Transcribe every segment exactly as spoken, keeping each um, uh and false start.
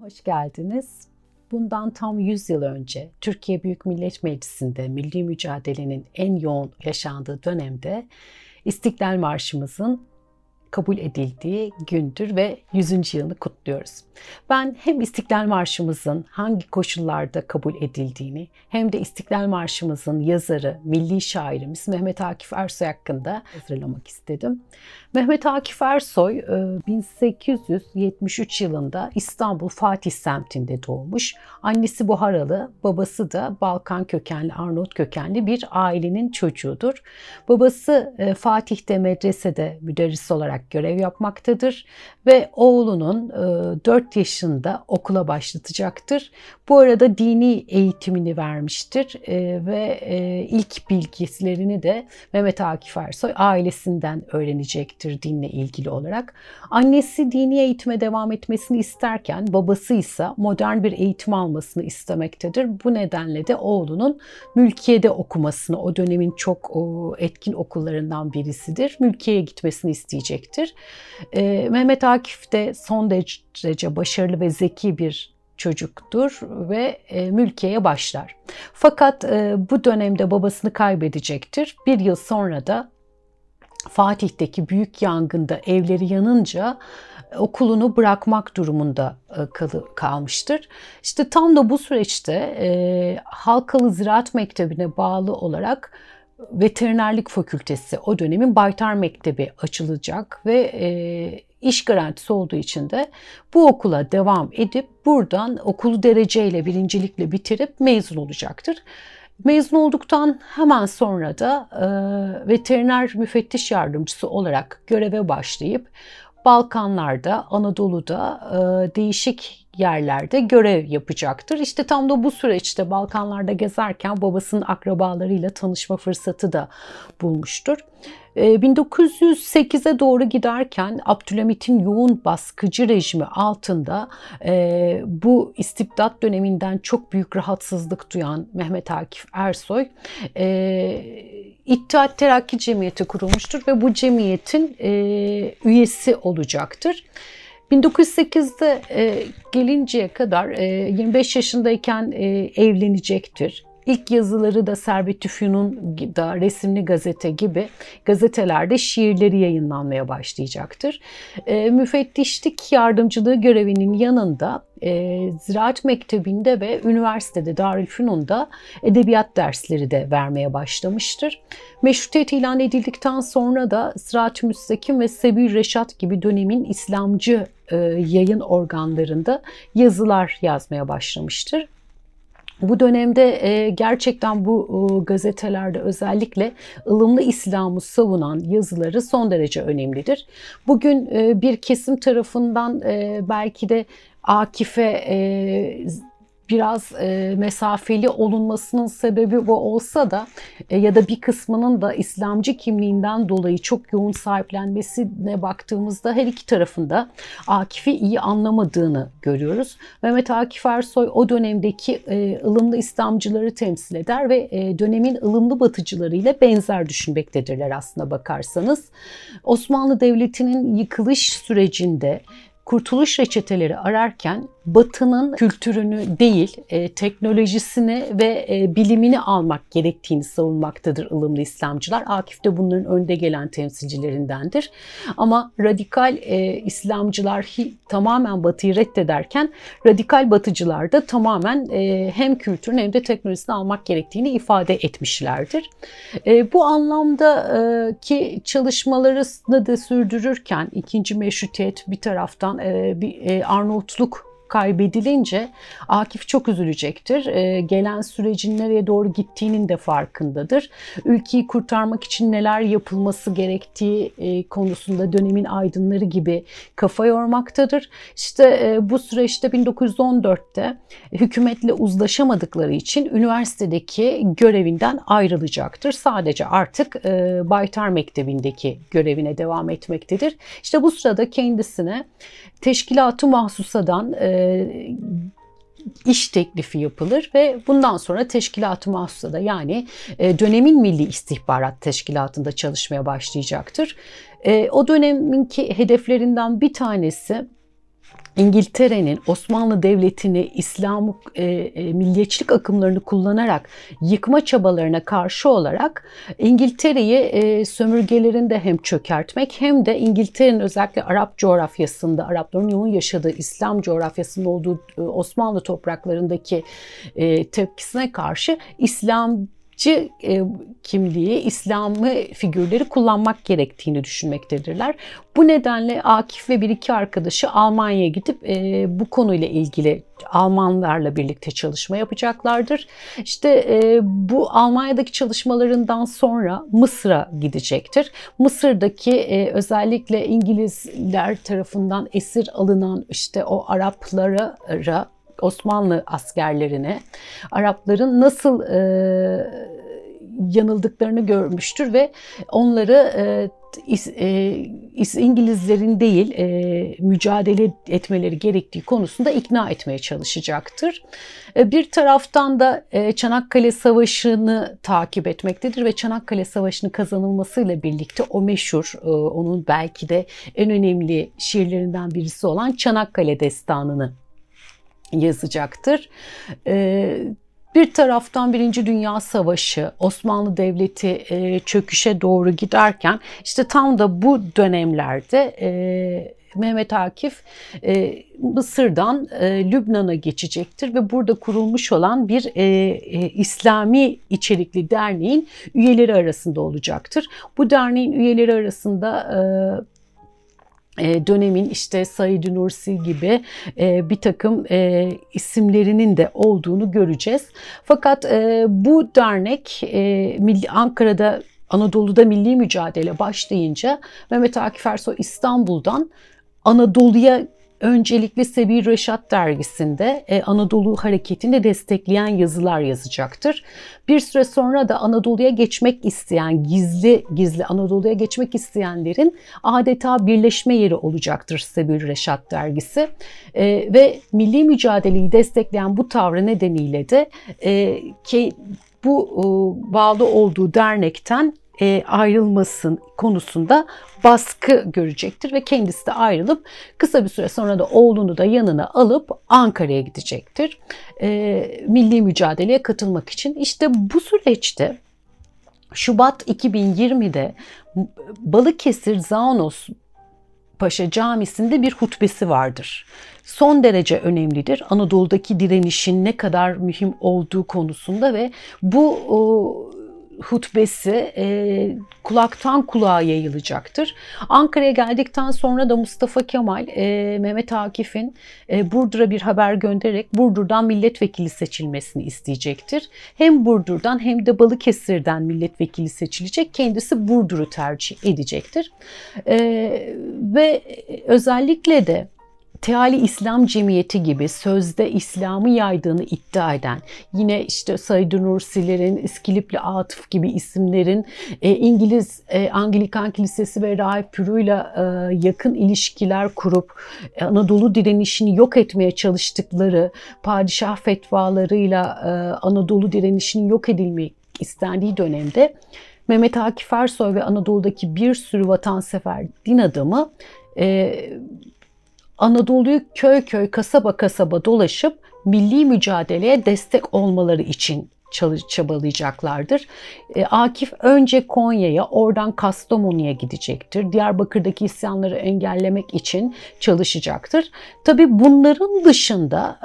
Hoş geldiniz. Bundan tam yüz yıl önce Türkiye Büyük Millet Meclisi'nde milli mücadelenin en yoğun yaşandığı dönemde İstiklal Marşımızın kabul edildiği gündür ve yüzüncü yılını kutluyoruz. Ben hem İstiklal Marşımızın hangi koşullarda kabul edildiğini hem de İstiklal Marşımızın yazarı, milli şairimiz Mehmet Akif Ersoy hakkında hazırlamak istedim. Mehmet Akif Ersoy bin sekiz yüz yetmiş üç yılında İstanbul Fatih semtinde doğmuş. Annesi Buharalı, babası da Balkan kökenli, Arnavut kökenli bir ailenin çocuğudur. Babası Fatih'te medresede müderris olarak görev yapmaktadır ve oğlunun dört yaşında okula başlatacaktır. Bu arada dini eğitimini vermiştir ve ilk bilgilerini de Mehmet Akif Ersoy ailesinden öğrenecektir dinle ilgili olarak. Annesi dini eğitime devam etmesini isterken babası ise modern bir eğitim almasını istemektedir. Bu nedenle de oğlunun Mülkiye'de okumasını, o dönemin çok etkin okullarından birisidir, Mülkiye'ye gitmesini isteyecektir. Mehmet Akif de son derece başarılı ve zeki bir çocuktur ve e, Mülkiye'ye başlar. Fakat e, bu dönemde babasını kaybedecektir. Bir yıl sonra da Fatih'teki büyük yangında evleri yanınca okulunu bırakmak durumunda kal- kalmıştır. İşte tam da bu süreçte e, Halkalı Ziraat Mektebi'ne bağlı olarak Veterinerlik Fakültesi, o dönemin Baytar Mektebi açılacak ve e, iş garantisi olduğu için de bu okula devam edip buradan okulu dereceyle, birincilikle bitirip mezun olacaktır. Mezun olduktan hemen sonra da e, veteriner müfettiş yardımcısı olarak göreve başlayıp Balkanlarda, Anadolu'da e, değişik yerlerde görev yapacaktır. İşte tam da bu süreçte Balkanlarda gezerken babasının akrabalarıyla tanışma fırsatı da bulmuştur. bin dokuz yüz sekize doğru giderken Abdülhamit'in yoğun baskıcı rejimi altında e, bu istibdat döneminden çok büyük rahatsızlık duyan Mehmet Akif Ersoy e, İttihat Terakki Cemiyeti kurulmuştur ve bu cemiyetin e, üyesi olacaktır. bin dokuz yüz sekizde e, gelinceye kadar e, yirmi beş yaşındayken e, evlenecektir. İlk yazıları da Servet Tüfün'ün da Resimli Gazete gibi gazetelerde şiirleri yayınlanmaya başlayacaktır. E, müfettişlik yardımcılığı görevinin yanında e, Ziraat Mektebi'nde ve üniversitede Darülfünun'da edebiyat dersleri de vermeye başlamıştır. Meşrutiyet ilan edildikten sonra da Sırat-ı Müstakim ve Sebil Reşat gibi dönemin İslamcı e, yayın organlarında yazılar yazmaya başlamıştır. Bu dönemde e, gerçekten bu e, gazetelerde özellikle ılımlı İslam'ı savunan yazıları son derece önemlidir. Bugün e, bir kesim tarafından e, belki de Akif'e e, biraz e, mesafeli olunmasının sebebi bu olsa da e, ya da bir kısmının da İslamcı kimliğinden dolayı çok yoğun sahiplenmesine baktığımızda her iki tarafında Akif'i iyi anlamadığını görüyoruz. Mehmet Akif Ersoy o dönemdeki e, ılımlı İslamcıları temsil eder ve e, dönemin ılımlı batıcılarıyla benzer düşünmektedirler aslına bakarsanız. Osmanlı Devleti'nin yıkılış sürecinde kurtuluş reçeteleri ararken Batı'nın kültürünü değil, e, teknolojisini ve e, bilimini almak gerektiğini savunmaktadır ılımlı İslamcılar. Akif de bunların önde gelen temsilcilerindendir. Ama radikal e, İslamcılar hi, tamamen Batı'yı reddederken radikal Batıcılar da tamamen e, hem kültürün hem de teknolojisini almak gerektiğini ifade etmişlerdir. E, bu anlamda e, ki çalışmalarını da sürdürürken ikinci meşrutiyet bir taraftan e, bir e, Arnavutluk kaybedilince Akif çok üzülecektir. Ee, gelen sürecin nereye doğru gittiğinin de farkındadır. Ülkeyi kurtarmak için neler yapılması gerektiği e, konusunda dönemin aydınları gibi kafa yormaktadır. İşte e, bu süreçte bin dokuz yüz on dörtte hükümetle uzlaşamadıkları için üniversitedeki görevinden ayrılacaktır. Sadece artık e, Baytar Mektebi'ndeki görevine devam etmektedir. İşte bu sırada kendisine Teşkilat-ı Mahsusa'dan e, iş teklifi yapılır ve bundan sonra Teşkilat-ı Mahsusa'da yani e, dönemin Milli İstihbarat Teşkilatı'nda çalışmaya başlayacaktır. E, o döneminki hedeflerinden bir tanesi İngiltere'nin Osmanlı Devleti'ni, İslam e, e, milliyetçilik akımlarını kullanarak yıkma çabalarına karşı olarak İngiltere'yi e, sömürgelerini de hem çökertmek hem de İngiltere'nin özellikle Arap coğrafyasında, Arapların yoğun yaşadığı İslam coğrafyasında olduğu e, Osmanlı topraklarındaki e, tepkisine karşı İslam kimliği, İslami figürleri kullanmak gerektiğini düşünmektedirler. Bu nedenle Akif ve bir iki arkadaşı Almanya'ya gidip e, bu konuyla ilgili Almanlarla birlikte çalışma yapacaklardır. İşte e, bu Almanya'daki çalışmalarından sonra Mısır'a gidecektir. Mısır'daki e, özellikle İngilizler tarafından esir alınan işte o Araplara, Osmanlı askerlerine Arapların nasıl e, yanıldıklarını görmüştür ve onları e, is, e, İngilizlerin değil e, mücadele etmeleri gerektiği konusunda ikna etmeye çalışacaktır. E, bir taraftan da e, Çanakkale Savaşı'nı takip etmektedir ve Çanakkale Savaşı'nın kazanılmasıyla birlikte o meşhur, e, onun belki de en önemli şiirlerinden birisi olan Çanakkale Destanı'nı yazacaktır. Bir taraftan Birinci Dünya Savaşı, Osmanlı Devleti çöküşe doğru giderken işte tam da bu dönemlerde Mehmet Akif Mısır'dan Lübnan'a geçecektir ve burada kurulmuş olan bir İslami içerikli derneğin üyeleri arasında olacaktır. Bu derneğin üyeleri arasında dönemin işte Said Nursi gibi bir takım isimlerinin de olduğunu göreceğiz. Fakat bu dernek Ankara'da, Anadolu'da milli mücadele başlayınca Mehmet Akif Ersoy İstanbul'dan Anadolu'ya öncelikle Sebil Reşat dergisinde Anadolu hareketini destekleyen yazılar yazacaktır. Bir süre sonra da Anadolu'ya geçmek isteyen, gizli gizli Anadolu'ya geçmek isteyenlerin adeta birleşme yeri olacaktır Sebil Reşat dergisi. Ve milli mücadeleyi destekleyen bu tavrı nedeniyle de ki bu bağlı olduğu dernekten E, ayrılmasın konusunda baskı görecektir ve kendisi de ayrılıp kısa bir süre sonra da oğlunu da yanına alıp Ankara'ya gidecektir. E, milli mücadeleye katılmak için. İşte bu süreçte Şubat iki bin yirmide Balıkesir Zağnos Paşa Camisi'nde bir hutbesi vardır. Son derece önemlidir. Anadolu'daki direnişin ne kadar mühim olduğu konusunda ve bu o, hutbesi e, kulaktan kulağa yayılacaktır. Ankara'ya geldikten sonra da Mustafa Kemal e, Mehmet Akif'in e, Burdur'a bir haber göndererek Burdur'dan milletvekili seçilmesini isteyecektir. Hem Burdur'dan hem de Balıkesir'den milletvekili seçilecek. Kendisi Burdur'u tercih edecektir. E, ve özellikle de Teali İslam Cemiyeti gibi sözde İslam'ı yaydığını iddia eden, yine işte Said Nursi'lerin, İskilipli Atıf gibi isimlerin e, İngiliz e, Anglikan Kilisesi ve Rahip Pürü'yle e, yakın ilişkiler kurup e, Anadolu direnişini yok etmeye çalıştıkları padişah fetvalarıyla e, Anadolu direnişinin yok edilmek istendiği dönemde Mehmet Akif Ersoy ve Anadolu'daki bir sürü vatansever din adamı e, Anadolu'yu köy köy, kasaba kasaba dolaşıp milli mücadeleye destek olmaları için çabalayacaklardır. Akif önce Konya'ya, oradan Kastamonu'ya gidecektir. Diyarbakır'daki isyanları engellemek için çalışacaktır. Tabii bunların dışında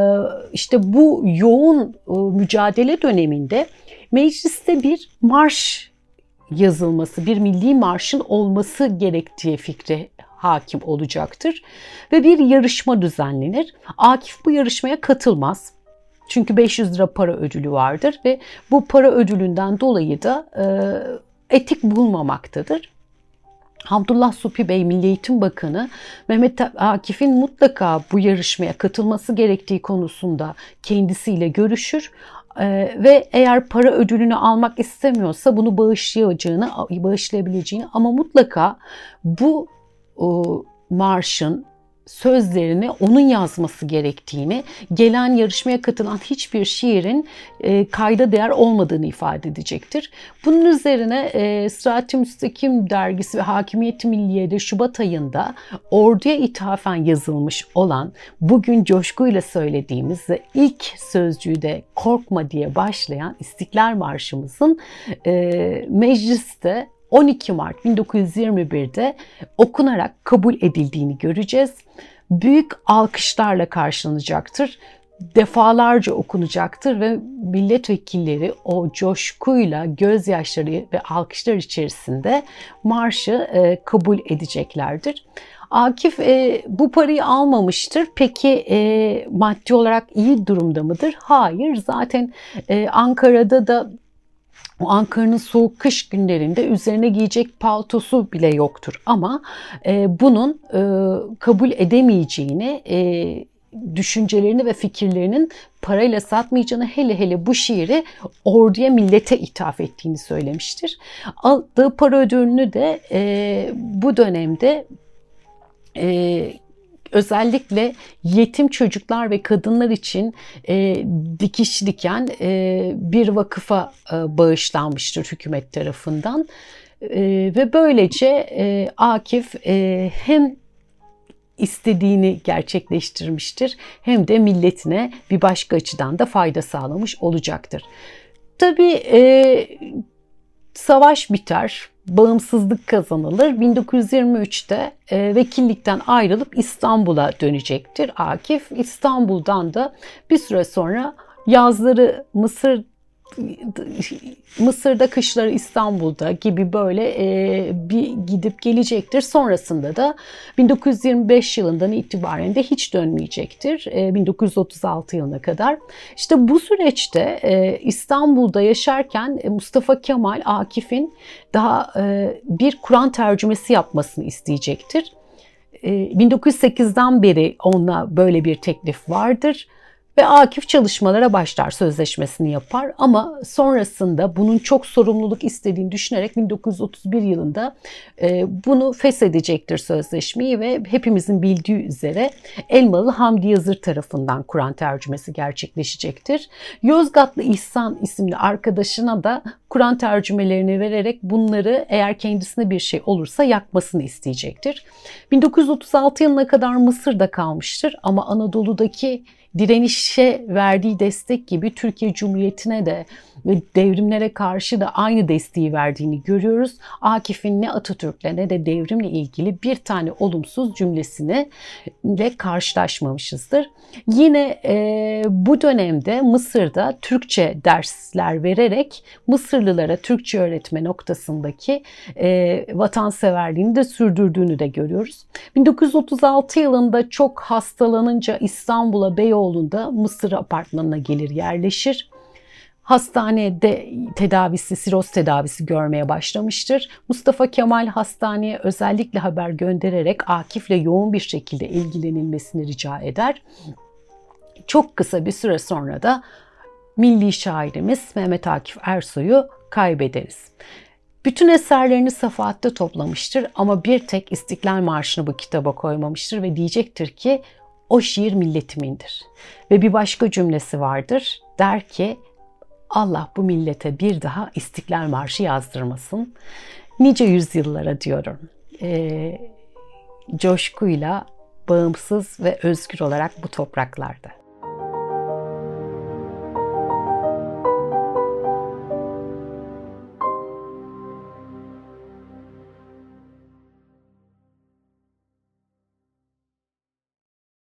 işte bu yoğun mücadele döneminde mecliste bir marş yazılması, bir milli marşın olması gerektiği fikri hakim olacaktır ve bir yarışma düzenlenir. Akif bu yarışmaya katılmaz. Çünkü beş yüz lira para ödülü vardır ve bu para ödülünden dolayı da e, etik bulmamaktadır. Hamdullah Supi Bey, Milli Eğitim Bakanı, Mehmet Akif'in mutlaka bu yarışmaya katılması gerektiği konusunda kendisiyle görüşür. Ee, ve eğer para ödülünü almak istemiyorsa bunu bağışlayacağını, bağışlayabileceğini ama mutlaka bu o, marşın sözlerini onun yazması gerektiğini, gelen yarışmaya katılan hiçbir şiirin e, kayda değer olmadığını ifade edecektir. Bunun üzerine e, Sırat-ı Müstakim dergisi ve Hakimiyet-i Milliye'de Şubat ayında orduya ithafen yazılmış olan, bugün coşkuyla söylediğimiz ve ilk sözcüğü de korkma diye başlayan İstiklal Marşımızın e, mecliste on iki Mart bin dokuz yüz yirmi bir'de okunarak kabul edildiğini göreceğiz. Büyük alkışlarla karşılanacaktır. Defalarca okunacaktır ve milletvekilleri o coşkuyla, gözyaşları ve alkışlar içerisinde marşı e, kabul edeceklerdir. Akif e, bu parayı almamıştır. Peki e, maddi olarak iyi durumda mıdır? Hayır. Zaten e, Ankara'da da o Ankara'nın soğuk kış günlerinde üzerine giyecek paltosu bile yoktur. Ama e, bunun e, kabul edemeyeceğini, e, düşüncelerini ve fikirlerinin parayla satmayacağını, hele hele bu şiiri orduya, millete ithaf ettiğini söylemiştir. Aldığı para ödülünü de e, bu dönemde e, özellikle yetim çocuklar ve kadınlar için e, dikiş diken e, bir vakıfa e, bağışlanmıştır hükümet tarafından. E, ve böylece e, Akif e, hem istediğini gerçekleştirmiştir hem de milletine bir başka açıdan da fayda sağlamış olacaktır. Tabii e, savaş biter, bağımsızlık kazanılır. bin dokuz yüz yirmi üç'te e, vekillikten ayrılıp İstanbul'a dönecektir Akif. İstanbul'dan da bir süre sonra yazları Mısır Mısır'da, kışları İstanbul'da gibi böyle e, bir gidip gelecektir. Sonrasında da bin dokuz yüz yirmi beş yılından itibaren de hiç dönmeyecektir. E, bin dokuz yüz otuz altı yılına kadar. İşte bu süreçte e, İstanbul'da yaşarken e, Mustafa Kemal Akif'in daha e, bir Kur'an tercümesi yapmasını isteyecektir. E, bin dokuz yüz sekiz'den beri onunla böyle bir teklif vardır. Ve Akif çalışmalara başlar, sözleşmesini yapar ama sonrasında bunun çok sorumluluk istediğini düşünerek bin dokuz yüz otuz bir yılında e, bunu feshedecektir sözleşmeyi ve hepimizin bildiği üzere Elmalı Hamdi Yazır tarafından Kur'an tercümesi gerçekleşecektir. Yozgatlı İhsan isimli arkadaşına da Kur'an tercümelerini vererek bunları eğer kendisine bir şey olursa yakmasını isteyecektir. bin dokuz yüz otuz altı yılına kadar Mısır'da kalmıştır ama Anadolu'daki direnişe verdiği destek gibi Türkiye Cumhuriyeti'ne de ve devrimlere karşı da aynı desteği verdiğini görüyoruz. Akif'in ne Atatürk'le ne de devrimle ilgili bir tane olumsuz cümlesini ile karşılaşmamışızdır. Yine e, bu dönemde Mısır'da Türkçe dersler vererek Mısırlılara Türkçe öğretme noktasındaki e, vatanseverliğini de sürdürdüğünü de görüyoruz. bin dokuz yüz otuz altı yılında çok hastalanınca İstanbul'a, Beyoğlu'nda Mısır apartmanına gelir, yerleşir. Hastanede tedavisi, siroz tedavisi görmeye başlamıştır. Mustafa Kemal hastaneye özellikle haber göndererek Akif'le yoğun bir şekilde ilgilenilmesini rica eder. Çok kısa bir süre sonra da milli şairimiz Mehmet Akif Ersoy'u kaybederiz. Bütün eserlerini Safahat'ta toplamıştır ama bir tek İstiklal Marşı'nı bu kitaba koymamıştır ve diyecektir ki o şiir milletimindir. Ve bir başka cümlesi vardır. Der ki Allah bu millete bir daha İstiklal Marşı yazdırmasın. Nice yüzyıllara diyorum. E, coşkuyla bağımsız ve özgür olarak bu topraklarda.